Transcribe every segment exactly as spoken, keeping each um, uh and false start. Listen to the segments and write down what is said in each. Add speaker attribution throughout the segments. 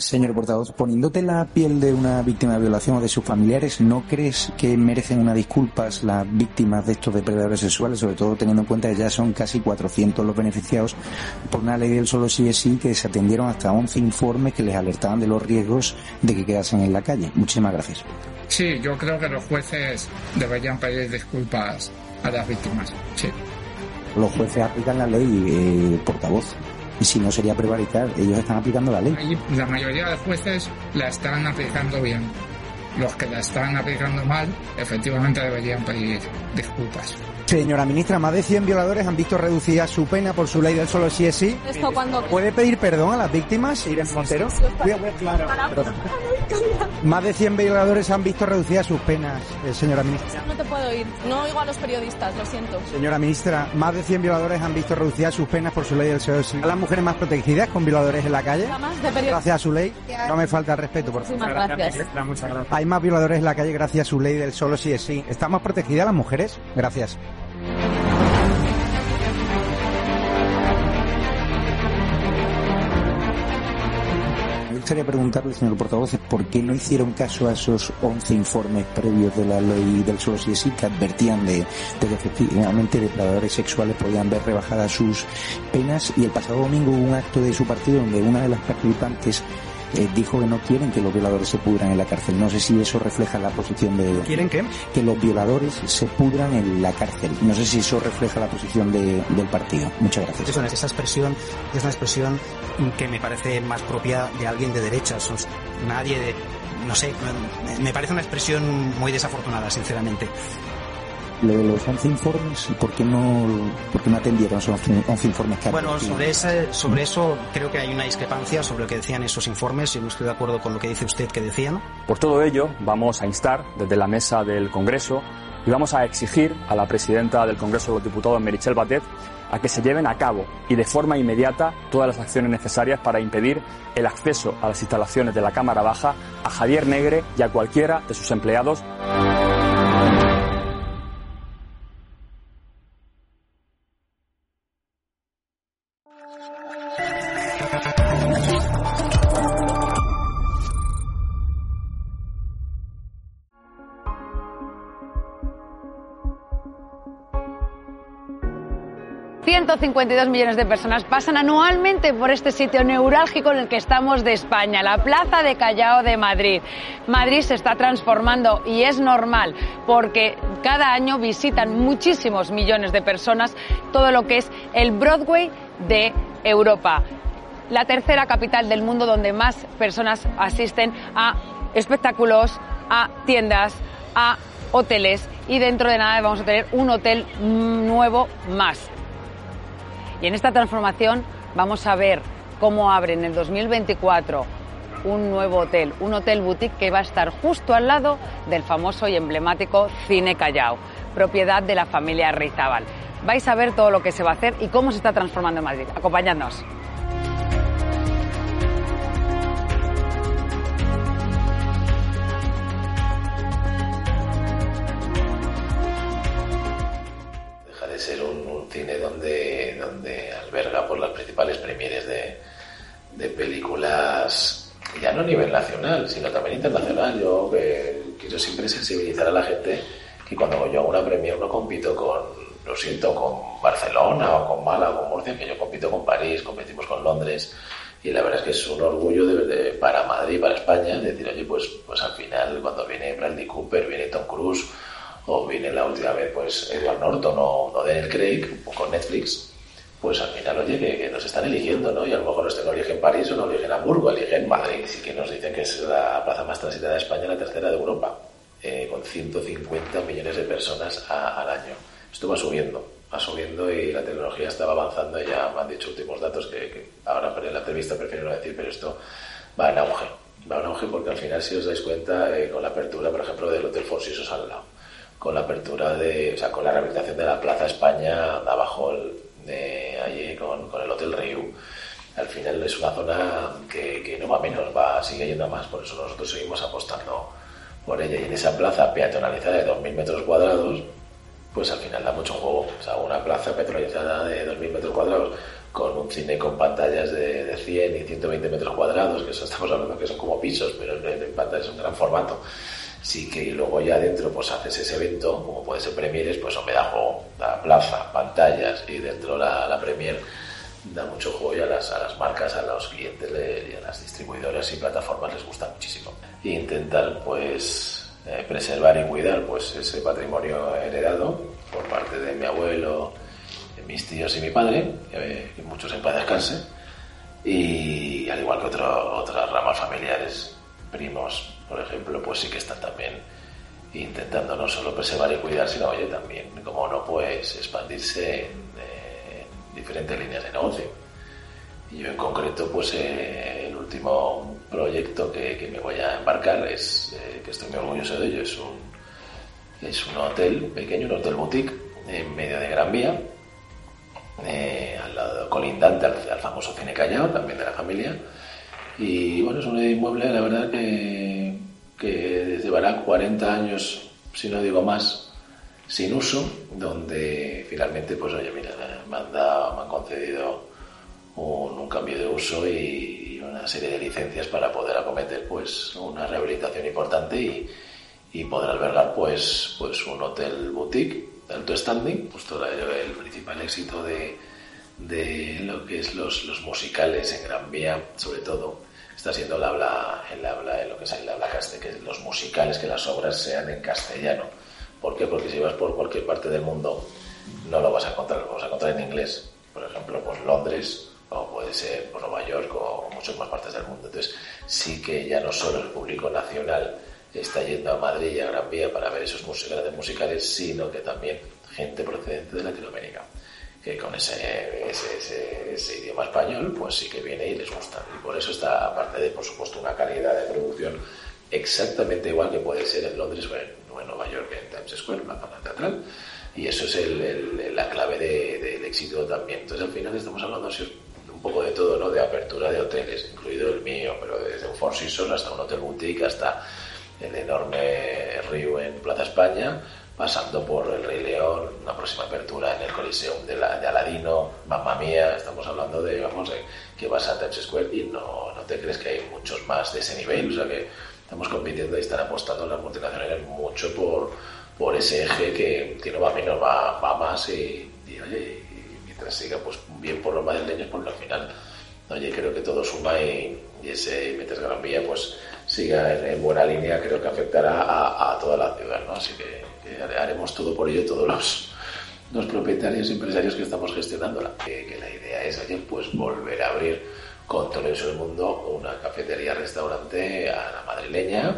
Speaker 1: Señor portavoz, poniéndote la piel de una víctima de violación o de sus familiares, ¿no crees que merecen unas disculpas las víctimas de estos depredadores sexuales, sobre todo teniendo en cuenta que ya son casi cuatrocientos los beneficiados por una ley del solo sí es sí, que se atendieron hasta once informes que les alertaban de los riesgos de que quedasen en la calle? Muchísimas gracias.
Speaker 2: Sí, yo creo que los jueces deberían pedir disculpas a las víctimas, sí.
Speaker 1: Los jueces aplican la ley, eh, portavoz. Y si no sería prevaricar, ellos están aplicando la ley.
Speaker 2: La mayoría de jueces la están aplicando bien. Los que la están aplicando mal, efectivamente deberían pedir disculpas.
Speaker 3: Señora ministra, más de cien violadores han visto reducida su pena por su ley del solo sí es sí.
Speaker 4: ¿Esto cuando...
Speaker 3: ¿Puede pedir perdón a las víctimas, Irene Montero?
Speaker 4: Sí, sí, sí, claro.
Speaker 3: Más de cien violadores han visto reducidas sus penas, eh, señora ministra.
Speaker 4: No te puedo oír, no oigo a los periodistas, lo siento.
Speaker 3: Señora ministra, más de cien violadores han visto reducidas sus penas por su ley del solo sí es sí. ¿A las mujeres más protegidas con violadores en la calle? Gracias a su ley. No me falta el respeto, por favor.
Speaker 4: Muchas gracias.
Speaker 3: Muchas gracias. Hay más violadores en la calle gracias a su ley del solo sí es sí. ¿Están más protegidas las mujeres? Gracias.
Speaker 1: Me gustaría preguntarle, señor portavoz, ¿por qué no hicieron caso a esos once informes previos de la ley del solo sí es sí que advertían de, de que efectivamente depredadores sexuales podían ver rebajadas sus penas? Y el pasado domingo hubo un acto de su partido donde una de las participantes Eh, dijo que no quieren que los violadores se pudran en la cárcel. No sé si eso refleja la posición de...
Speaker 3: ¿Quieren qué?
Speaker 1: Que los violadores se pudran en la cárcel. No sé si eso refleja la posición de, del partido. Muchas gracias.
Speaker 5: Eso, esa expresión es una expresión que me parece más propia de alguien de derechas. Nadie de... No sé, me parece una expresión muy desafortunada, sinceramente.
Speaker 1: Lo de los once informes, ¿por qué no, por qué no atendieron esos once informes que
Speaker 5: Bueno, sobre, ese, sobre eso creo que hay una discrepancia sobre lo que decían esos informes. Yo no estoy de acuerdo con lo que dice usted que decían.
Speaker 6: Por todo ello, vamos a instar desde la mesa del Congreso y vamos a exigir a la presidenta del Congreso de los Diputados, Meritxell Batet, a que se lleven a cabo y de forma inmediata todas las acciones necesarias para impedir el acceso a las instalaciones de la Cámara Baja a Javier Negre y a cualquiera de sus empleados.
Speaker 7: ciento cincuenta y dos millones de personas pasan anualmente por este sitio neurálgico en el que estamos de España, la Plaza de Callao de Madrid. Madrid se está transformando y es normal porque cada año visitan muchísimos millones de personas todo lo que es el Broadway de Europa. La tercera capital del mundo donde más personas asisten a espectáculos, a tiendas, a hoteles y dentro de nada vamos a tener un hotel nuevo más. Y en esta transformación vamos a ver cómo abre en el dos mil veinticuatro un nuevo hotel, un hotel boutique que va a estar justo al lado del famoso y emblemático Cine Callao, propiedad de la familia Reizábal. Vais a ver todo lo que se va a hacer y cómo se está transformando en Madrid. Acompañadnos.
Speaker 8: Ser un, un cine donde, donde alberga por las principales premieres de, de películas, ya no a nivel nacional, sino también internacional. Yo eh, quiero siempre sensibilizar a la gente que cuando yo hago una premier no compito con, lo siento, con Barcelona o con Málaga o con Murcia, que yo compito con París, competimos con Londres, y la verdad es que es un orgullo de, de, para Madrid, para España, decir, oye, pues, pues al final cuando viene Bradley Cooper, viene Tom Cruise, o viene la última vez pues Edward Norton o, o Daniel Craig con Netflix, pues al final oye que, que nos están eligiendo, ¿no? Y a lo mejor no eligen París o no eligen Hamburgo, eligen Madrid, y que nos dicen que es la plaza más transitada de España, la tercera de Europa, eh, con ciento cincuenta millones de personas a, al año. Esto va subiendo, va subiendo y la tecnología estaba avanzando. Ya me han dicho últimos datos que, que ahora en la entrevista prefiero no decir, pero esto va en auge, va en auge porque al final, si os dais cuenta, eh, con la apertura, por ejemplo, del Hotel Four Seasons al lado, con la apertura de, o sea, con la rehabilitación de la Plaza España abajo el, de allí con, con el Hotel Riu, al final es una zona que, que no va menos, va, sigue yendo a más, por eso nosotros seguimos apostando por ella. Y en esa plaza peatonalizada de dos mil metros cuadrados, pues al final da mucho juego. O sea, una plaza petrolizada de dos mil metros cuadrados con un cine con pantallas de, de cien y ciento veinte metros cuadrados, que eso estamos hablando que son como pisos, pero en, en pantallas es un gran formato. Sí que y luego ya adentro pues haces ese evento, como puede ser Premieres, pues me da juego, da plaza, pantallas, y dentro la, la Premier da mucho juego y a las, a las marcas, a los clientes y a las distribuidoras y plataformas les gusta muchísimo. E intentar pues eh, preservar y cuidar pues ese patrimonio heredado por parte de mi abuelo, de mis tíos y mi padre, eh, que muchos en paz descanse, y al igual que otro, otras ramas familiares, primos, por ejemplo, pues sí que están también intentando no solo preservar y cuidar, sino, oye, también, como no, pues expandirse en eh, diferentes líneas de negocio. Y yo en concreto, pues eh, el último proyecto que, que me voy a embarcar es, eh, que estoy muy orgulloso de ello, es un, es un hotel pequeño, un hotel boutique en medio de Gran Vía, eh, al lado colindante al, al famoso Cine Callao, también de la familia. Y bueno, es un inmueble, la verdad, que, que llevará cuarenta años, si no digo más, sin uso, donde finalmente, pues oye, mira, me han, dado, me han concedido un, un cambio de uso y, y una serie de licencias para poder acometer pues una rehabilitación importante y, y poder albergar pues, pues un hotel boutique de alto standing. Pues todo el principal éxito de, de lo que es los, los musicales en Gran Vía, sobre todo, está siendo el habla, el habla, lo que es el habla castellano, que los musicales, que las obras sean en castellano. ¿Por qué? Porque si vas por cualquier parte del mundo no lo vas a encontrar, lo vas a encontrar en inglés. Por ejemplo, pues Londres, o puede ser pues, Nueva York, o muchas más partes del mundo. Entonces, sí que ya no solo el público nacional está yendo a Madrid y a Gran Vía para ver esos grandes musicales, sino que también gente procedente de Latinoamérica, que con ese, ese, ese, ese idioma español, pues sí que viene y les gusta. Y por eso está, aparte de, por supuesto, una calidad de producción exactamente igual que puede ser en Londres o en, o en Nueva York, en Times Square, una zona teatral. Y eso es el, el, la clave de, de, del éxito también. Entonces, al final estamos hablando un poco de todo, ¿no? De apertura de hoteles, incluido el mío, pero desde un Four Seasons hasta un hotel boutique, hasta el enorme Rio en Plaza España, pasando por el Rey León, una próxima apertura en el Coliseum de, la, de Aladino, Mamma Mía. Estamos hablando de, vamos, de que vas a Times Square y no, no te crees que hay muchos más de ese nivel. O sea que estamos compitiendo y están apostando las multinacionales mucho por, por ese eje que, que no va menos, va, va más y, y oye, y mientras siga pues bien por los madrileños, porque al final, oye, creo que todo suma y, y ese mientras Gran Vía pues siga en, en buena línea, creo que afectará a, a toda la ciudad, ¿no? Así que haremos todo por ello, todos los, los propietarios y empresarios que estamos gestionándola. Que, que la idea es, oye, pues volver a abrir con todo eso del mundo una cafetería-restaurante a la madrileña,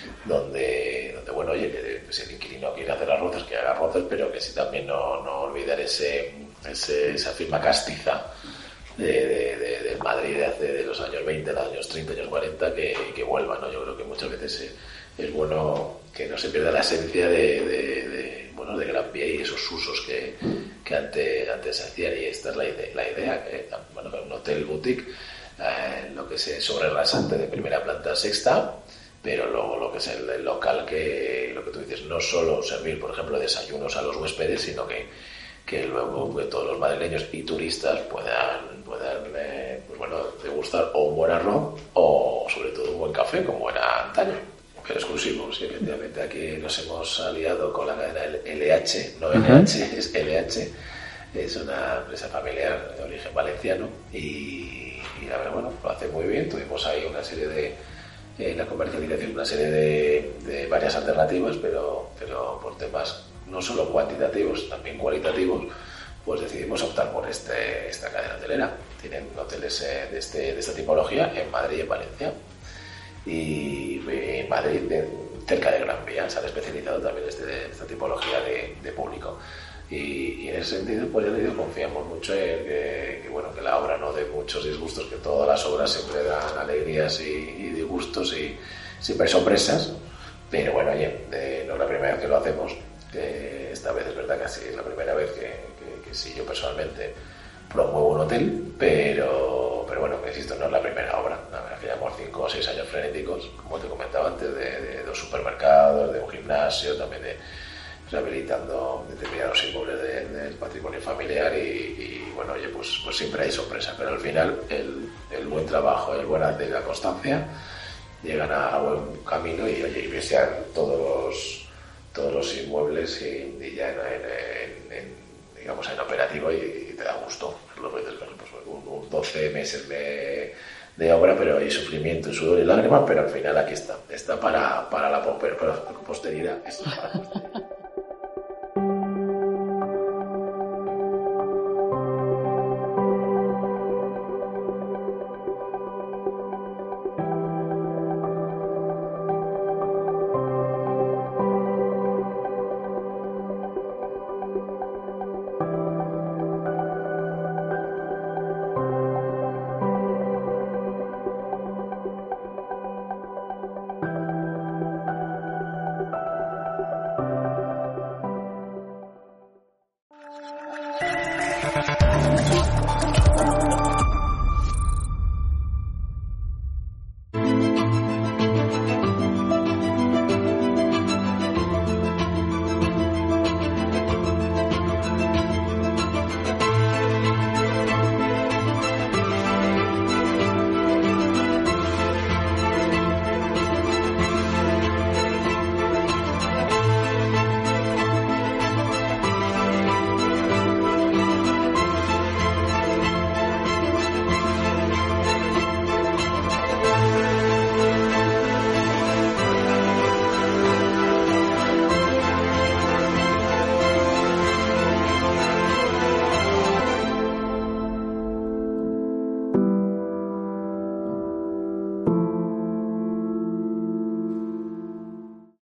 Speaker 8: donde, donde bueno, oye, que si el inquilino quiere hacer arroces, que haga arroces, pero que sí también no, no olvidar ese, ese, esa firma castiza de, de, de, del Madrid de hace de los años veinte, los años treinta, años cuarenta, que, que vuelva, ¿no? Yo creo que muchas veces eh, es bueno que no se pierda la esencia de, de, de bueno, de Gran Vía y esos usos que, que antes, antes se hacían, y esta es la idea, la idea que, bueno, un hotel boutique, eh, lo que es sobre rasante de primera planta a sexta, pero luego lo que es el, el local, que lo que tú dices, no solo servir, por ejemplo, desayunos a los huéspedes, sino que, que luego pues, todos los madrileños y turistas puedan, puedan eh, pues, bueno, degustar o un buen arroz o sobre todo un buen café, como era antaño. Pero exclusivo, sí, efectivamente. Aquí nos hemos aliado con la cadena L H, no L H, uh-huh. Es L H. Es una empresa familiar de origen valenciano y, y la verdad, bueno, lo hace muy bien. Tuvimos ahí una serie de, en la comercialización, una serie de, de varias alternativas, pero, pero por temas no solo cuantitativos, también cualitativos, pues decidimos optar por este, esta cadena hotelera. Tienen hoteles de, este, de esta tipología en Madrid y en Valencia. Y en Madrid, de, cerca de Gran Vía, se han especializado también en este, esta tipología de, de público. Y, y en ese sentido, pues ya le digo, confiamos mucho en que, que, bueno, que la obra no dé muchos disgustos, que todas las obras siempre dan alegrías y, y disgustos y siempre hay sorpresas. Pero bueno, oye, eh, no es la primera vez que lo hacemos. Que esta vez es verdad que así es la primera vez que, que, que sí, yo personalmente promuevo un hotel, pero, pero bueno, me insisto, no es la primera obra. La verdad es que llevamos cinco o seis años frenéticos, como te comentaba antes, de, de dos supermercados, de un gimnasio, también de rehabilitando determinados inmuebles de, del patrimonio familiar y, y bueno, oye, pues, pues siempre hay sorpresa, pero al final el, el buen trabajo, el buen arte y la constancia llegan a, a buen camino y oye, y ves ya todos los, todos los inmuebles y, y ya en, en, en, digamos en operativo y, y te da gusto lo que dices, bueno, pues un, un doce meses de, de obra, pero hay sufrimiento, sudor y lágrimas, pero al final aquí está, está para, para la para la posteridad, está para la posteridad.